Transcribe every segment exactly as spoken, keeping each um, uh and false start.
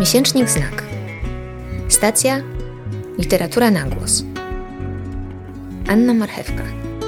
Miesięcznik Znak. Stacja Literatura na głos. Anna Marchewka.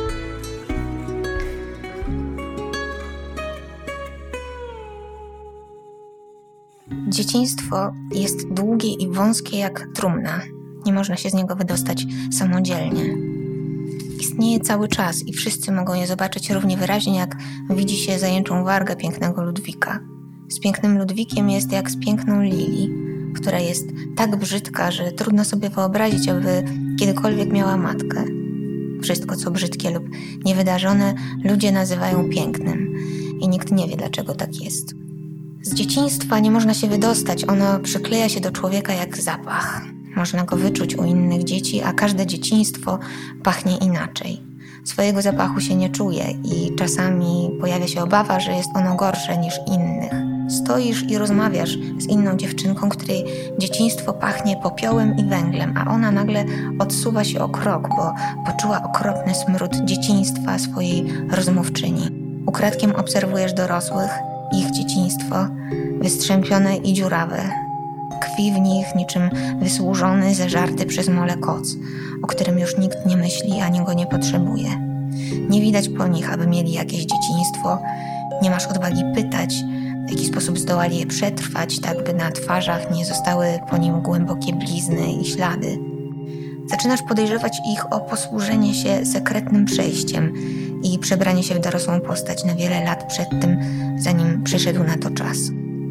Dzieciństwo jest długie i wąskie jak trumna. Nie można się z niego wydostać samodzielnie. Istnieje cały czas i wszyscy mogą je zobaczyć równie wyraźnie, jak widzi się zajęczą wargę pięknego Ludwika. Z pięknym Ludwikiem jest jak z piękną Lili, która jest tak brzydka, że trudno sobie wyobrazić, aby kiedykolwiek miała matkę. Wszystko, co brzydkie lub niewydarzone, ludzie nazywają pięknym i nikt nie wie, dlaczego tak jest. Z dzieciństwa nie można się wydostać, ono przykleja się do człowieka jak zapach. Można go wyczuć u innych dzieci, a każde dzieciństwo pachnie inaczej. Swojego zapachu się nie czuje i czasami pojawia się obawa, że jest ono gorsze niż innych. Stoisz i rozmawiasz z inną dziewczynką, której dzieciństwo pachnie popiołem i węglem, a ona nagle odsuwa się o krok, bo poczuła okropny smród dzieciństwa swojej rozmówczyni. Ukradkiem obserwujesz dorosłych, ich dzieciństwo, wystrzępione i dziurawe. Tkwi w nich niczym wysłużony, zeżarty przez mole koc, o którym już nikt nie myśli ani go nie potrzebuje. Nie widać po nich, aby mieli jakieś dzieciństwo. Nie masz odwagi pytać, w jaki sposób zdołali je przetrwać, tak by na twarzach nie zostały po nim głębokie blizny i ślady. Zaczynasz podejrzewać ich o posłużenie się sekretnym przejściem i przebranie się w dorosłą postać na wiele lat przed tym, zanim przyszedł na to czas.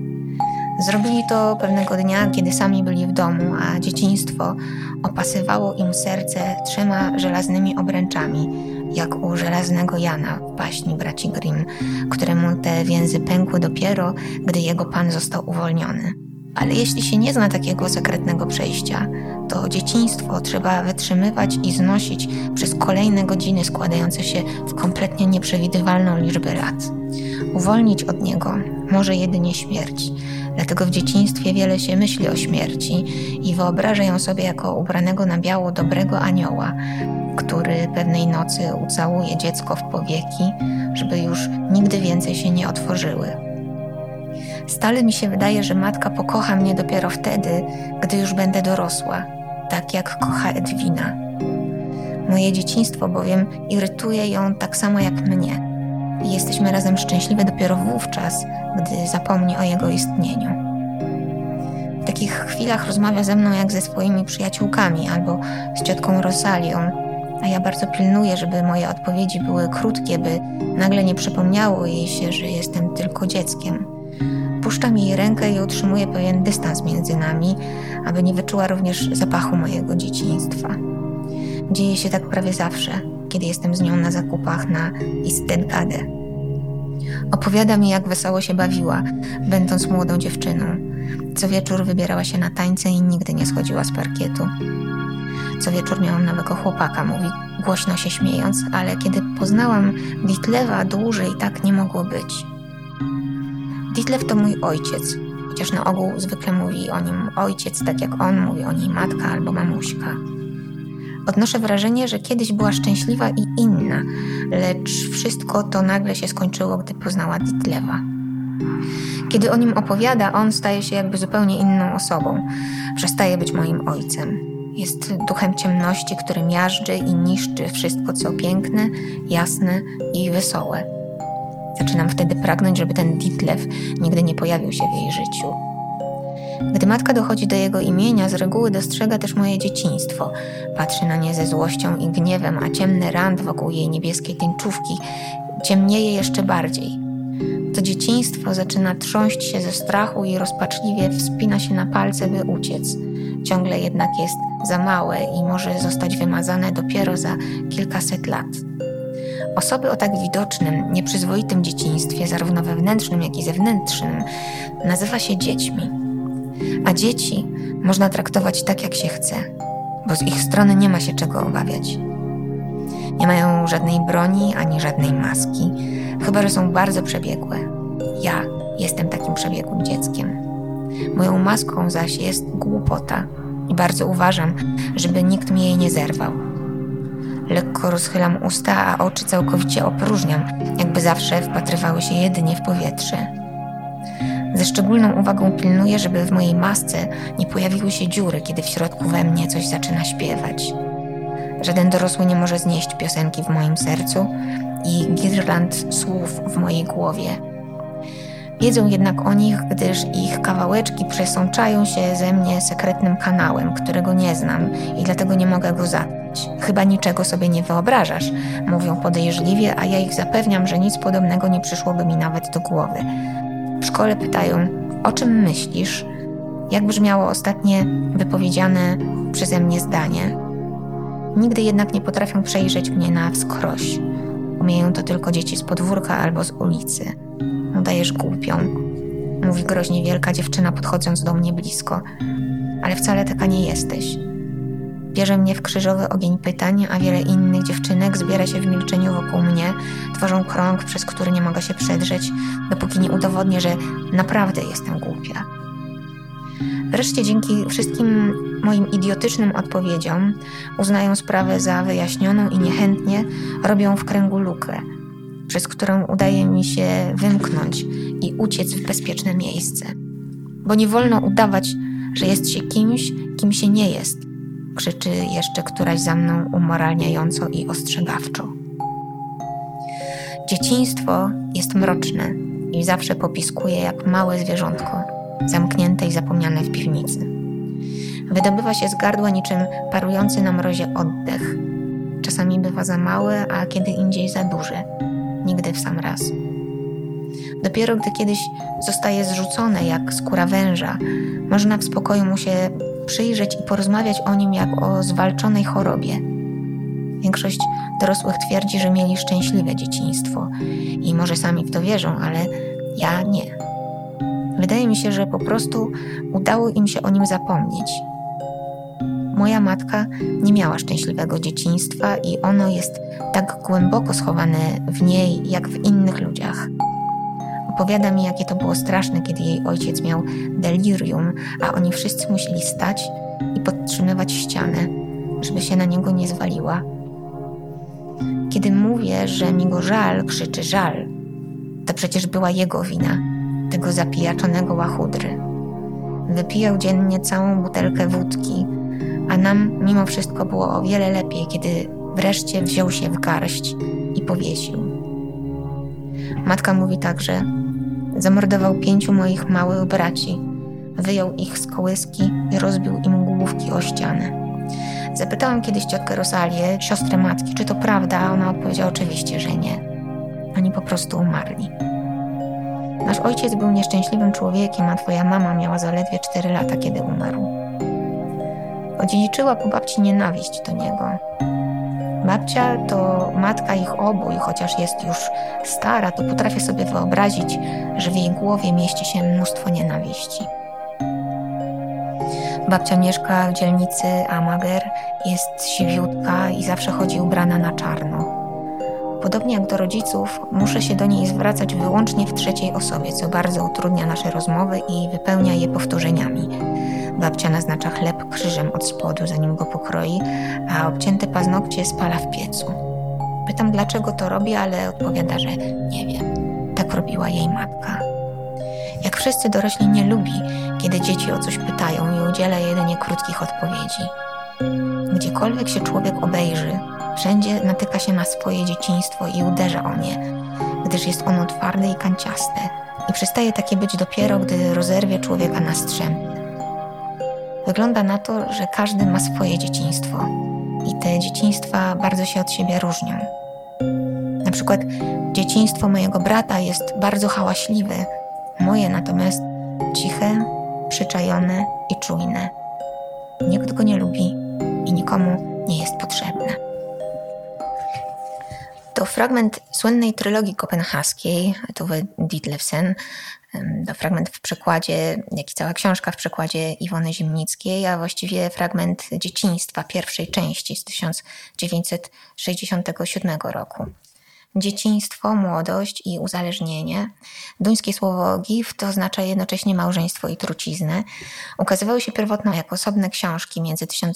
Zrobili to pewnego dnia, kiedy sami byli w domu, a dzieciństwo opasywało im serce trzema żelaznymi obręczami, jak u żelaznego Jana w baśni braci Grimm, któremu te więzy pękły dopiero, gdy jego pan został uwolniony. Ale jeśli się nie zna takiego sekretnego przejścia, to dzieciństwo trzeba wytrzymywać i znosić przez kolejne godziny składające się w kompletnie nieprzewidywalną liczbę lat. Uwolnić od niego może jedynie śmierć. Dlatego w dzieciństwie wiele się myśli o śmierci i wyobraża ją sobie jako ubranego na biało dobrego anioła, który pewnej nocy ucałuje dziecko w powieki, żeby już nigdy więcej się nie otworzyły. Stale mi się wydaje, że matka pokocha mnie dopiero wtedy, gdy już będę dorosła, tak jak kocha Edwina. Moje dzieciństwo bowiem irytuje ją tak samo jak mnie. I jesteśmy razem szczęśliwe dopiero wówczas, gdy zapomni o jego istnieniu. W takich chwilach rozmawia ze mną jak ze swoimi przyjaciółkami albo z ciotką Rosalią, a ja bardzo pilnuję, żeby moje odpowiedzi były krótkie, by nagle nie przypomniało jej się, że jestem tylko dzieckiem. Puszczam jej rękę i utrzymuję pewien dystans między nami, aby nie wyczuła również zapachu mojego dzieciństwa. Dzieje się tak prawie zawsze, kiedy jestem z nią na zakupach na Istedgade. Opowiada mi, jak wesoło się bawiła, będąc młodą dziewczyną. Co wieczór wybierała się na tańce i nigdy nie schodziła z parkietu. Co wieczór miałam nowego chłopaka, mówi głośno się śmiejąc, ale kiedy poznałam Ditlewa, dłużej tak nie mogło być. Ditlew to mój ojciec, chociaż na ogół zwykle mówi o nim ojciec, tak jak on mówi o niej matka albo mamuśka. Odnoszę wrażenie, że kiedyś była szczęśliwa i inna, lecz wszystko to nagle się skończyło, gdy poznała Ditlewa. Kiedy o nim opowiada, on staje się jakby zupełnie inną osobą. Przestaje być moim ojcem. Jest duchem ciemności, który miażdży i niszczy wszystko, co piękne, jasne i wesołe. Zaczynam wtedy pragnąć, żeby ten Ditlew nigdy nie pojawił się w jej życiu. Gdy matka dochodzi do jego imienia, z reguły dostrzega też moje dzieciństwo. Patrzy na nie ze złością i gniewem, a ciemny rand wokół jej niebieskiej tęczówki ciemnieje jeszcze bardziej. To dzieciństwo zaczyna trząść się ze strachu i rozpaczliwie wspina się na palce, by uciec. Ciągle jednak jest za małe i może zostać wymazane dopiero za kilkaset lat. Osoby o tak widocznym, nieprzyzwoitym dzieciństwie, zarówno wewnętrznym, jak i zewnętrznym, nazywa się dziećmi. A dzieci można traktować tak, jak się chce, bo z ich strony nie ma się czego obawiać. Nie mają żadnej broni ani żadnej maski, chyba że są bardzo przebiegłe. Ja jestem takim przebiegłym dzieckiem. Moją maską zaś jest głupota i bardzo uważam, żeby nikt mi jej nie zerwał. Lekko rozchylam usta, a oczy całkowicie opróżniam, jakby zawsze wpatrywały się jedynie w powietrze. Ze szczególną uwagą pilnuję, żeby w mojej masce nie pojawiły się dziury, kiedy w środku we mnie coś zaczyna śpiewać. Żaden dorosły nie może znieść piosenki w moim sercu i girland słów w mojej głowie. Wiedzą jednak o nich, gdyż ich kawałeczki przesączają się ze mnie sekretnym kanałem, którego nie znam i dlatego nie mogę go zatkać. Chyba niczego sobie nie wyobrażasz, mówią podejrzliwie, a ja ich zapewniam, że nic podobnego nie przyszłoby mi nawet do głowy. W szkole pytają, o czym myślisz? Jak brzmiało ostatnie wypowiedziane przeze mnie zdanie? Nigdy jednak nie potrafią przejrzeć mnie na wskroś. Umieją to tylko dzieci z podwórka albo z ulicy. Udajesz głupią, mówi groźnie wielka dziewczyna, podchodząc do mnie blisko. Ale wcale taka nie jesteś. Bierze mnie w krzyżowy ogień pytań, a wiele innych dziewczynek zbiera się w milczeniu wokół mnie, tworzą krąg, przez który nie mogę się przedrzeć, dopóki nie udowodnię, że naprawdę jestem głupia. Wreszcie dzięki wszystkim moim idiotycznym odpowiedziom uznają sprawę za wyjaśnioną i niechętnie robią w kręgu lukę, przez którą udaje mi się wymknąć i uciec w bezpieczne miejsce. Bo nie wolno udawać, że jest się kimś, kim się nie jest, krzyczy jeszcze któraś za mną umoralniająco i ostrzegawczo. Dzieciństwo jest mroczne i zawsze popiskuje jak małe zwierzątko, zamknięte i zapomniane w piwnicy. Wydobywa się z gardła niczym parujący na mrozie oddech. Czasami bywa za mały, a kiedy indziej za duży. Nigdy w sam raz. Dopiero gdy kiedyś zostaje zrzucone jak skóra węża, można w spokoju mu się przyjrzeć i porozmawiać o nim jak o zwalczonej chorobie. Większość dorosłych twierdzi, że mieli szczęśliwe dzieciństwo i może sami w to wierzą, ale ja nie. Wydaje mi się, że po prostu udało im się o nim zapomnieć. Moja matka nie miała szczęśliwego dzieciństwa i ono jest tak głęboko schowane w niej, jak w innych ludziach. Opowiada mi, jakie to było straszne, kiedy jej ojciec miał delirium, a oni wszyscy musieli stać i podtrzymywać ścianę, żeby się na niego nie zwaliła. Kiedy mówię, że mi go żal, krzyczy żal. To przecież była jego wina, tego zapijaczonego łachudry. Wypijał dziennie całą butelkę wódki, a nam mimo wszystko było o wiele lepiej, kiedy wreszcie wziął się w garść i powiesił. Matka mówi także, zamordował pięciu moich małych braci, wyjął ich z kołyski i rozbił im główki o ścianę. Zapytałam kiedyś ciotkę Rosalię, siostrę matki, czy to prawda, a ona odpowiedziała oczywiście, że nie. Oni po prostu umarli. Nasz ojciec był nieszczęśliwym człowiekiem, a twoja mama miała zaledwie cztery lata, kiedy umarł. Odziedziczyła po babci nienawiść do niego. Babcia to matka ich obu i chociaż jest już stara, to potrafię sobie wyobrazić, że w jej głowie mieści się mnóstwo nienawiści. Babcia mieszka w dzielnicy Amager, jest siwiutka i zawsze chodzi ubrana na czarno. Podobnie jak do rodziców, muszę się do niej zwracać wyłącznie w trzeciej osobie, co bardzo utrudnia nasze rozmowy i wypełnia je powtórzeniami. Babcia naznacza chleb krzyżem od spodu, zanim go pokroi, a obcięte paznokcie spala w piecu. Pytam, dlaczego to robi, ale odpowiada, że nie wiem. Tak robiła jej matka. Jak wszyscy dorośli nie lubi, kiedy dzieci o coś pytają i udziela jedynie krótkich odpowiedzi. Gdziekolwiek się człowiek obejrzy, wszędzie natyka się na swoje dzieciństwo i uderza o nie, gdyż jest ono twarde i kanciaste i przestaje takie być dopiero, gdy rozerwie człowieka na strzępy. Wygląda na to, że każdy ma swoje dzieciństwo i te dzieciństwa bardzo się od siebie różnią. Na przykład dzieciństwo mojego brata jest bardzo hałaśliwe, moje natomiast ciche, przyczajone i czujne. Nikt go nie lubi i nikomu nie jest potrzebne. To fragment słynnej trylogii kopenhaskiej Tove Ditlevsen, to fragment w przekładzie, jak i cała książka w przekładzie Iwony Zimnickiej, a właściwie fragment dzieciństwa pierwszej części z tysiąc dziewięćset sześćdziesiątego siódmego roku. Dzieciństwo, młodość i uzależnienie. Duńskie słowo gift oznacza jednocześnie małżeństwo i truciznę. Ukazywały się pierwotno jako osobne książki między tysiąc dziewięćset sześćdziesiątym siódmym a tysiąc dziewięćset siedemdziesiątym pierwszym rokiem.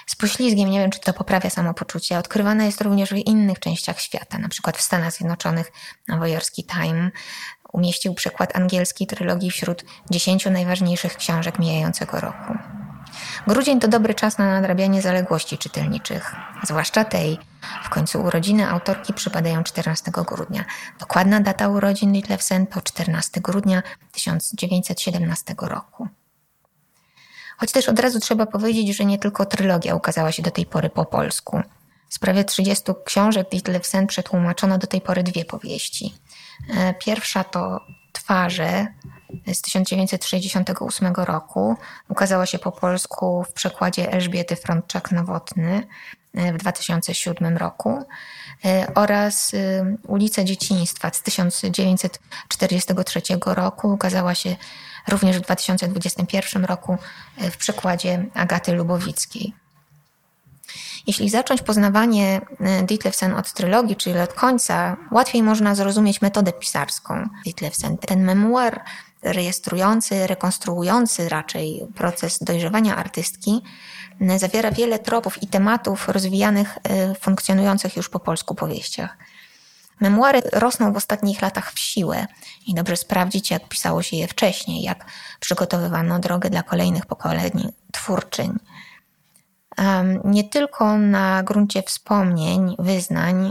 Z poślizgiem, nie wiem, czy to poprawia samopoczucie, odkrywana jest również w innych częściach świata. Na przykład w Stanach Zjednoczonych nowojorski Time umieścił przekład angielskiej trylogii wśród dziesięciu najważniejszych książek mijającego roku. Grudzień to dobry czas na nadrabianie zaległości czytelniczych, zwłaszcza tej. W końcu urodziny autorki przypadają czternastego grudnia. Dokładna data urodzin Ditlevsen to czternastego grudnia tysiąc dziewięćset siedemnastego roku. Choć też od razu trzeba powiedzieć, że nie tylko trylogia ukazała się do tej pory po polsku. Z prawie trzydziestu książek Ditlevsen przetłumaczono do tej pory dwie powieści. Pierwsza to Twarze z tysiąc dziewięćset sześćdziesiątego ósmego roku. Ukazała się po polsku w przekładzie Elżbiety Frączak-Nowotny w dwa tysiące siódmym roku oraz Ulice Dzieciństwa z tysiąc dziewięćset czterdziestego trzeciego roku. Ukazała się również w dwa tysiące dwudziestym pierwszym roku w przekładzie Agaty Lubowickiej. Jeśli zacząć poznawanie Ditlevsen od trylogii, czyli od końca, łatwiej można zrozumieć metodę pisarską Ditlevsen. Ten memuar rejestrujący, rekonstruujący raczej proces dojrzewania artystki zawiera wiele tropów i tematów rozwijanych w funkcjonujących już po polsku powieściach. Memuary rosną w ostatnich latach w siłę i dobrze sprawdzić, jak pisało się je wcześniej, jak przygotowywano drogę dla kolejnych pokoleń twórczyń. Nie tylko na gruncie wspomnień, wyznań,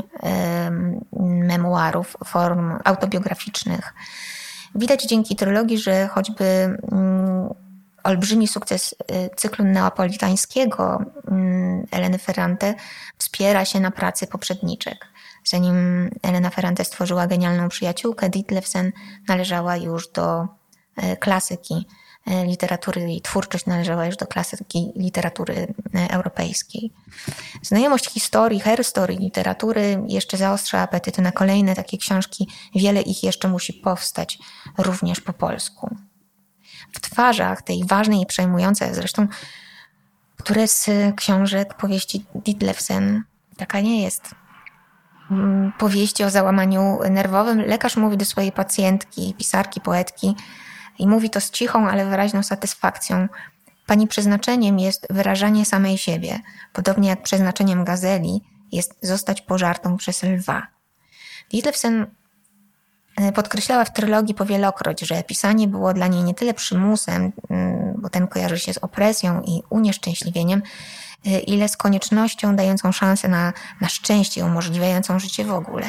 memuarów, form autobiograficznych. Widać dzięki trylogii, że choćby olbrzymi sukces cyklu neapolitańskiego Eleny Ferrante wspiera się na pracy poprzedniczek. Zanim Elena Ferrante stworzyła Genialną przyjaciółkę, Ditlevsen należała już do klasyki literatury i twórczość należała już do klasyki literatury europejskiej. Znajomość historii, herstory literatury jeszcze zaostrza apetyt na kolejne takie książki. Wiele ich jeszcze musi powstać, również po polsku. W twarzach tej ważnej i przejmującej, zresztą które z książek powieści Ditlevsen taka nie jest. Powieści o załamaniu nerwowym lekarz mówi do swojej pacjentki, pisarki, poetki i mówi to z cichą, ale wyraźną satysfakcją. Pani przeznaczeniem jest wyrażanie samej siebie, podobnie jak przeznaczeniem gazeli jest zostać pożartą przez lwa. Ditlevsen podkreślała w trylogii powielokroć, że pisanie było dla niej nie tyle przymusem, bo ten kojarzy się z opresją i unieszczęśliwieniem, ile z koniecznością dającą szansę na, na szczęście, umożliwiającą życie w ogóle.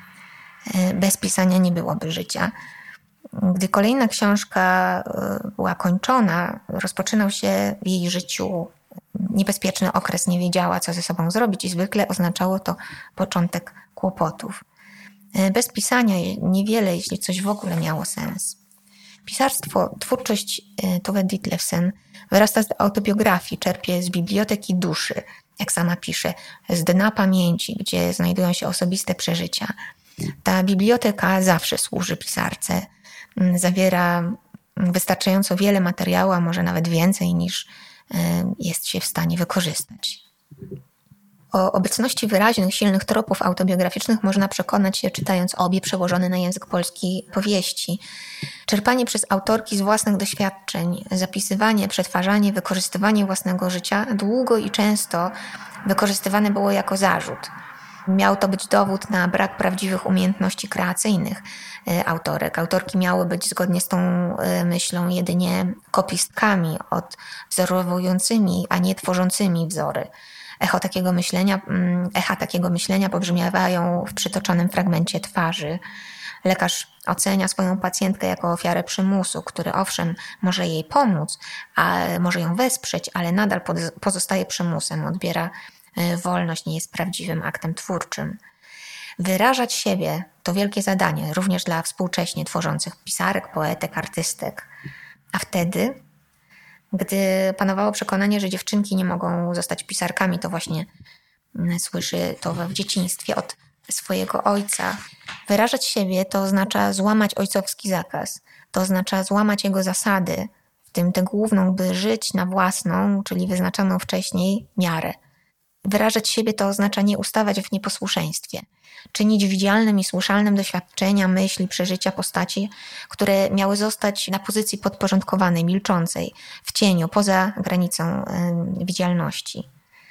Bez pisania nie byłoby życia. Gdy kolejna książka była kończona, rozpoczynał się w jej życiu niebezpieczny okres, nie wiedziała, co ze sobą zrobić i zwykle oznaczało to początek kłopotów. Bez pisania niewiele, jeśli coś w ogóle miało sens. Pisarstwo, twórczość Tove Ditlevsen wyrasta z autobiografii, czerpie z biblioteki duszy, jak sama pisze, z dna pamięci, gdzie znajdują się osobiste przeżycia. Ta biblioteka zawsze służy pisarce. Zawiera wystarczająco wiele materiału, a może nawet więcej niż jest się w stanie wykorzystać. O obecności wyraźnych, silnych tropów autobiograficznych można przekonać się, czytając obie przełożone na język polski powieści. Czerpanie przez autorki z własnych doświadczeń, zapisywanie, przetwarzanie, wykorzystywanie własnego życia długo i często wykorzystywane było jako zarzut. Miał to być dowód na brak prawdziwych umiejętności kreacyjnych autorek. Autorki miały być zgodnie z tą myślą jedynie kopistkami, odwzorowującymi, a nie tworzącymi wzory. Echo takiego myślenia, echa takiego myślenia pobrzmiewają w przytoczonym fragmencie Twarzy. Lekarz ocenia swoją pacjentkę jako ofiarę przymusu, który owszem może jej pomóc, a może ją wesprzeć, ale nadal pozostaje przymusem, odbiera wolność, nie jest prawdziwym aktem twórczym. Wyrażać siebie to wielkie zadanie, również dla współcześnie tworzących pisarek, poetek, artystek. A wtedy, gdy panowało przekonanie, że dziewczynki nie mogą zostać pisarkami, to właśnie słyszy to w dzieciństwie od swojego ojca. Wyrażać siebie to oznacza złamać ojcowski zakaz. To oznacza złamać jego zasady, w tym tę główną, by żyć na własną, czyli wyznaczoną wcześniej, miarę. Wyrażać siebie to oznacza nie ustawać w nieposłuszeństwie. Czynić widzialnym i słyszalnym doświadczenia, myśli, przeżycia postaci, które miały zostać na pozycji podporządkowanej, milczącej, w cieniu, poza granicą yy, widzialności.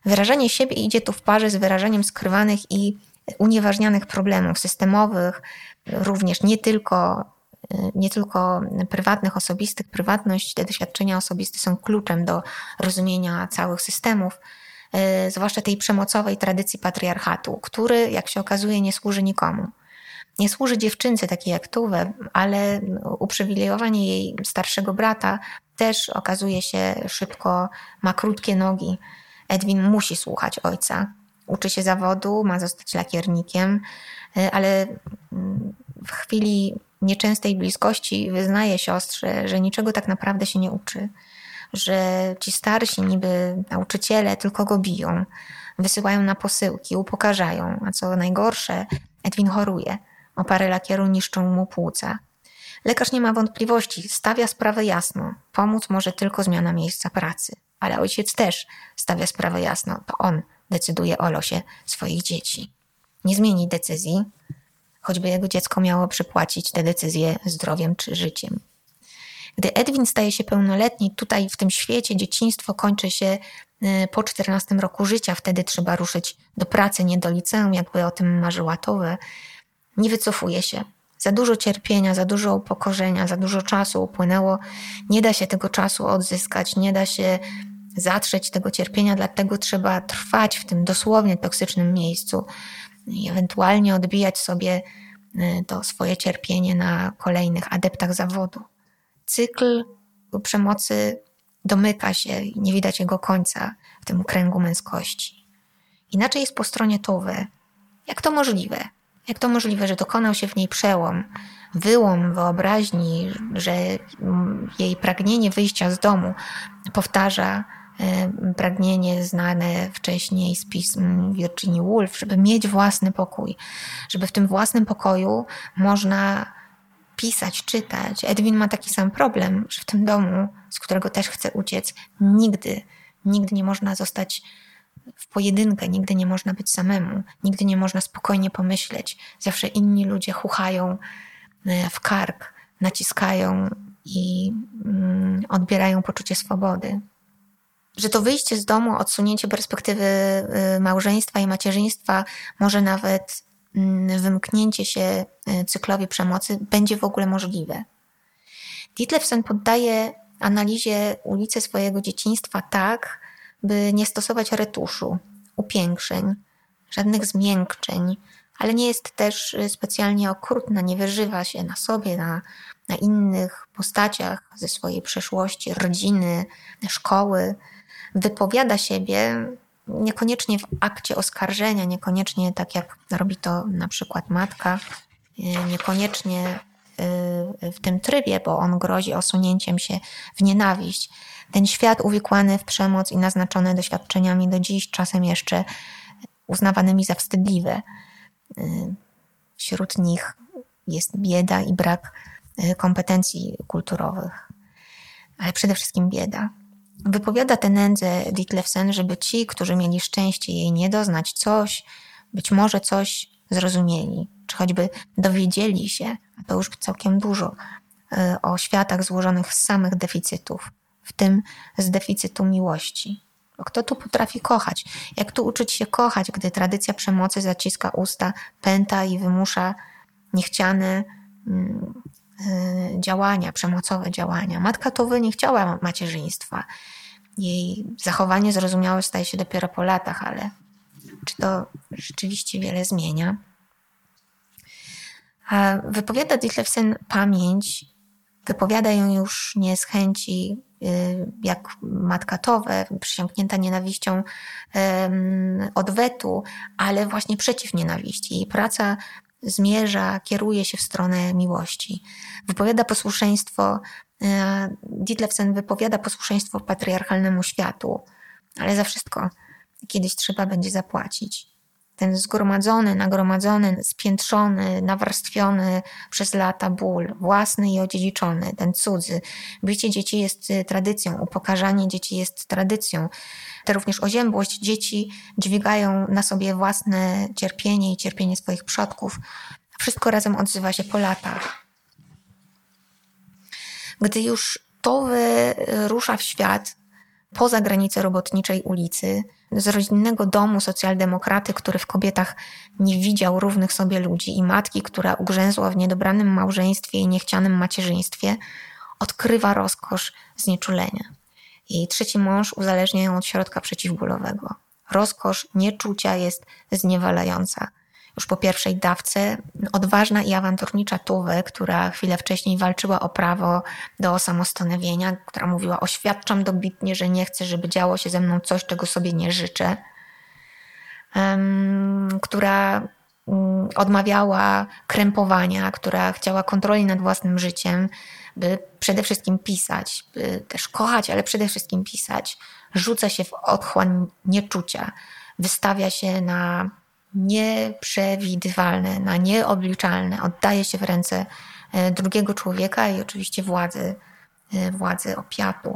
Wyrażanie siebie idzie tu w parze z wyrażaniem skrywanych i unieważnianych problemów systemowych, również nie tylko, nie tylko prywatnych, osobistych. Prywatność, te doświadczenia osobiste są kluczem do rozumienia całych systemów, zwłaszcza tej przemocowej tradycji patriarchatu, który, jak się okazuje, nie służy nikomu. Nie służy dziewczynce takiej jak Tuve, ale uprzywilejowanie jej starszego brata też okazuje się szybko, ma krótkie nogi. Edwin musi słuchać ojca. Uczy się zawodu, ma zostać lakiernikiem, ale w chwili nieczęstej bliskości wyznaje siostrze, że niczego tak naprawdę się nie uczy. Że ci starsi niby nauczyciele tylko go biją, wysyłają na posyłki, upokarzają, a co najgorsze, Edwin choruje. Opary lakieru niszczą mu płuca. Lekarz nie ma wątpliwości, stawia sprawę jasno. Pomóc może tylko zmiana miejsca pracy. Ale ojciec też stawia sprawę jasno. To on decyduje o losie swoich dzieci. Nie zmieni decyzji, choćby jego dziecko miało przypłacić tę decyzję zdrowiem czy życiem. Gdy Edwin staje się pełnoletni, tutaj w tym świecie dzieciństwo kończy się po czternastym roku życia. Wtedy trzeba ruszyć do pracy, nie do liceum, jakby o tym marzyła Tove. Nie wycofuje się. Za dużo cierpienia, za dużo upokorzenia, za dużo czasu upłynęło. Nie da się tego czasu odzyskać, nie da się zatrzeć tego cierpienia, dlatego trzeba trwać w tym dosłownie toksycznym miejscu i ewentualnie odbijać sobie to swoje cierpienie na kolejnych adeptach zawodu. Cykl przemocy domyka się i nie widać jego końca w tym kręgu męskości. Inaczej jest po stronie Tove. Jak to możliwe? Jak to możliwe, że dokonał się w niej przełom, wyłom wyobraźni, że jej pragnienie wyjścia z domu powtarza pragnienie znane wcześniej z pism Virginia Woolf, żeby mieć własny pokój, żeby w tym własnym pokoju można pisać, czytać. Edwin ma taki sam problem, że w tym domu, z którego też chce uciec, nigdy, nigdy nie można zostać w pojedynkę, nigdy nie można być samemu, nigdy nie można spokojnie pomyśleć. Zawsze inni ludzie chuchają w kark, naciskają i mm, odbierają poczucie swobody. Że to wyjście z domu, odsunięcie perspektywy małżeństwa i macierzyństwa, może nawet wymknięcie się cyklowi przemocy będzie w ogóle możliwe. Ditlevsen poddaje analizie ulicy swojego dzieciństwa tak, by nie stosować retuszu, upiększeń, żadnych zmiękczeń, ale nie jest też specjalnie okrutna, nie wyżywa się na sobie, na, na innych postaciach ze swojej przeszłości, rodziny, szkoły. Wypowiada siebie niekoniecznie w akcie oskarżenia, niekoniecznie tak jak robi to na przykład matka, niekoniecznie w tym trybie, bo on grozi osunięciem się w nienawiść. Ten świat uwikłany w przemoc i naznaczony doświadczeniami do dziś, czasem jeszcze uznawanymi za wstydliwe. Wśród nich jest bieda i brak kompetencji kulturowych, ale przede wszystkim bieda. Wypowiada tę nędzę Ditlevsen, żeby ci, którzy mieli szczęście jej nie doznać, coś, być może coś zrozumieli, czy choćby dowiedzieli się, a to już całkiem dużo, o światach złożonych z samych deficytów, w tym z deficytu miłości. Bo kto tu potrafi kochać? Jak tu uczyć się kochać, gdy tradycja przemocy zaciska usta, pęta i wymusza niechciane mm, y, działania, przemocowe działania. Matka Tove nie chciała macierzyństwa. Jej zachowanie zrozumiałe staje się dopiero po latach, ale czy to rzeczywiście wiele zmienia? A wypowiada Ditlevsen pamięć, wypowiada ją już nie z chęci, jak matka Tove, przysiągnięta nienawiścią odwetu, ale właśnie przeciw nienawiści. Jej praca zmierza, kieruje się w stronę miłości. Wypowiada posłuszeństwo, Ditlevsen wypowiada posłuszeństwo patriarchalnemu światu, ale za wszystko kiedyś trzeba będzie zapłacić. Ten zgromadzony, nagromadzony, spiętrzony, nawarstwiony przez lata ból, własny i odziedziczony, ten cudzy. Bicie dzieci jest tradycją, upokarzanie dzieci jest tradycją. To również oziębłość. Dzieci dźwigają na sobie własne cierpienie i cierpienie swoich przodków. Wszystko razem odzywa się po latach. Gdy już Tove rusza w świat, poza granice robotniczej ulicy, z rodzinnego domu socjaldemokraty, który w kobietach nie widział równych sobie ludzi, i matki, która ugrzęzła w niedobranym małżeństwie i niechcianym macierzyństwie, odkrywa rozkosz znieczulenia. Jej trzeci mąż uzależnia ją od środka przeciwbólowego. Rozkosz nieczucia jest zniewalająca. Już po pierwszej dawce odważna i awanturnicza Tuve, która chwilę wcześniej walczyła o prawo do osamostanowienia, która mówiła: oświadczam dobitnie, że nie chcę, żeby działo się ze mną coś, czego sobie nie życzę, um, która um, odmawiała krępowania, która chciała kontroli nad własnym życiem, by przede wszystkim pisać, by też kochać, ale przede wszystkim pisać. Rzuca się w otchłań nieczucia, wystawia się na nieprzewidywalne, na nieobliczalne, oddaje się w ręce drugiego człowieka i oczywiście władzy, władzy opiatu.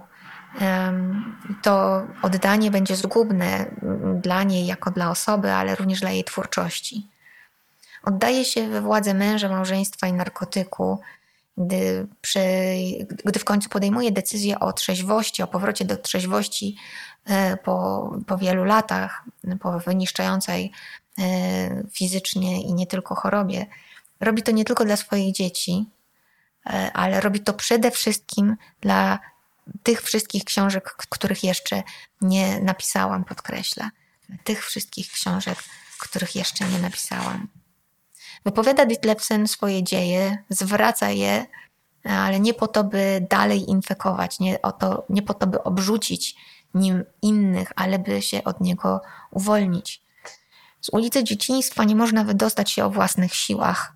To oddanie będzie zgubne dla niej jako dla osoby, ale również dla jej twórczości. Oddaje się we władzę męża, małżeństwa i narkotyku, gdy, przy, gdy w końcu podejmuje decyzję o trzeźwości, o powrocie do trzeźwości po, po wielu latach, po wyniszczającej fizycznie i nie tylko chorobie. Robi to nie tylko dla swoich dzieci, ale robi to przede wszystkim dla tych wszystkich książek, których jeszcze nie napisałam, podkreślę. Dla tych wszystkich książek, których jeszcze nie napisałam. Wypowiada Ditlevsen swoje dzieje, zwraca je, ale nie po to, by dalej infekować, nie, o to, nie po to, by obrzucić nim innych, ale by się od niego uwolnić. Z ulicy dzieciństwa nie można wydostać się o własnych siłach.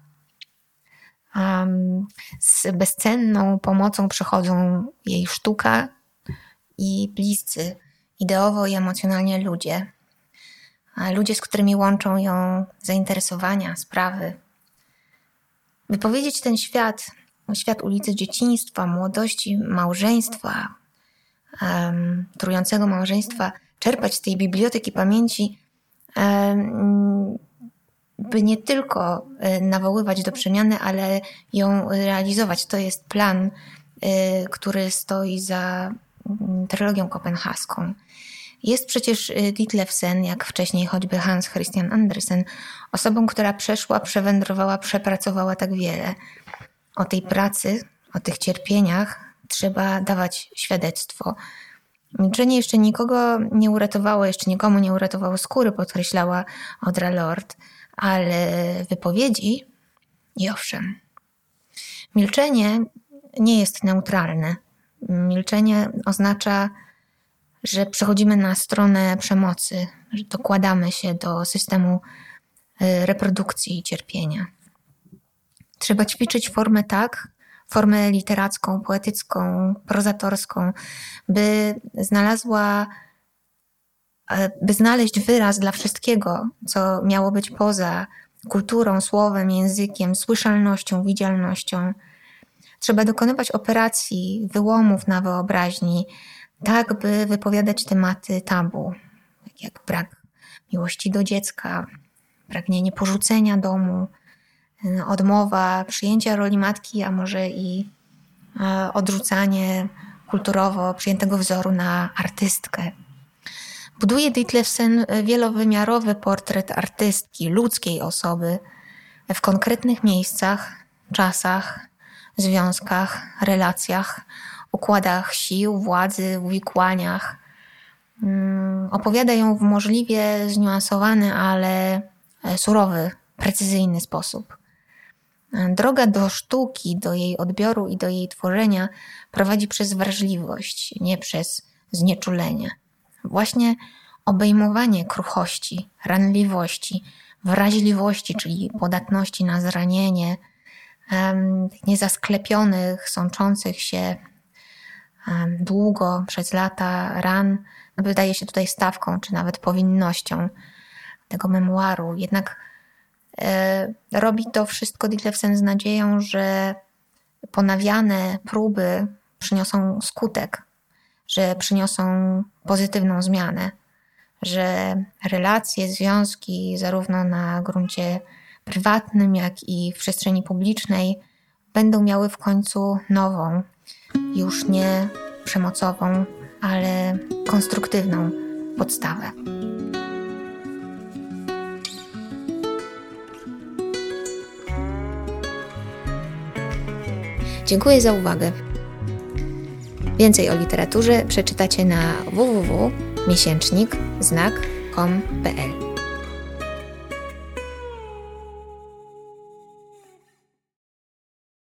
Um, z bezcenną pomocą przychodzą jej sztuka i bliscy, ideowo i emocjonalnie ludzie. A ludzie, z którymi łączą ją zainteresowania, sprawy. By powiedzieć ten świat, świat ulicy dzieciństwa, młodości, małżeństwa, um, trującego małżeństwa, czerpać z tej biblioteki pamięci, um, by nie tylko nawoływać do przemiany, ale ją realizować. To jest plan, który stoi za trylogią kopenhaską. Jest przecież Ditlevsen, jak wcześniej choćby Hans Christian Andersen, osobą, która przeszła, przewędrowała, przepracowała tak wiele. O tej pracy, o tych cierpieniach trzeba dawać świadectwo. Milczenie jeszcze nikogo nie uratowało, jeszcze nikomu nie uratowało skóry, podkreślała Audre Lorde, ale wypowiedzi i owszem. Milczenie nie jest neutralne. Milczenie oznacza, że przechodzimy na stronę przemocy, że dokładamy się do systemu reprodukcji i cierpienia. Trzeba ćwiczyć formę tak, formę literacką, poetycką, prozatorską, by znalazła, by znaleźć wyraz dla wszystkiego, co miało być poza kulturą, słowem, językiem, słyszalnością, widzialnością. Trzeba dokonywać operacji, wyłomów na wyobraźni, tak by wypowiadać tematy tabu, jak brak miłości do dziecka, pragnienie porzucenia domu, odmowa przyjęcia roli matki, a może i odrzucanie kulturowo przyjętego wzoru na artystkę. Buduje Ditlevsen wielowymiarowy portret artystki, ludzkiej osoby w konkretnych miejscach, czasach, związkach, relacjach, układach sił, władzy, uwikłaniach. Opowiada ją w możliwie zniuansowany, ale surowy, precyzyjny sposób. Droga do sztuki, do jej odbioru i do jej tworzenia prowadzi przez wrażliwość, nie przez znieczulenie. Właśnie obejmowanie kruchości, ranliwości, wrażliwości, czyli podatności na zranienie, niezasklepionych, sączących się długo, przez lata ran, wydaje się tutaj stawką, czy nawet powinnością tego memuaru. Jednak e, robi to wszystko Ditlevsen z nadzieją, że ponawiane próby przyniosą skutek, że przyniosą pozytywną zmianę, że relacje, związki zarówno na gruncie prywatnym, jak i w przestrzeni publicznej będą miały w końcu nową, już nie przemocową ale konstruktywną podstawę. Dziękuję za uwagę. Więcej o literaturze przeczytacie na w w w kropka miesięcznik znak kropka com kropka p l.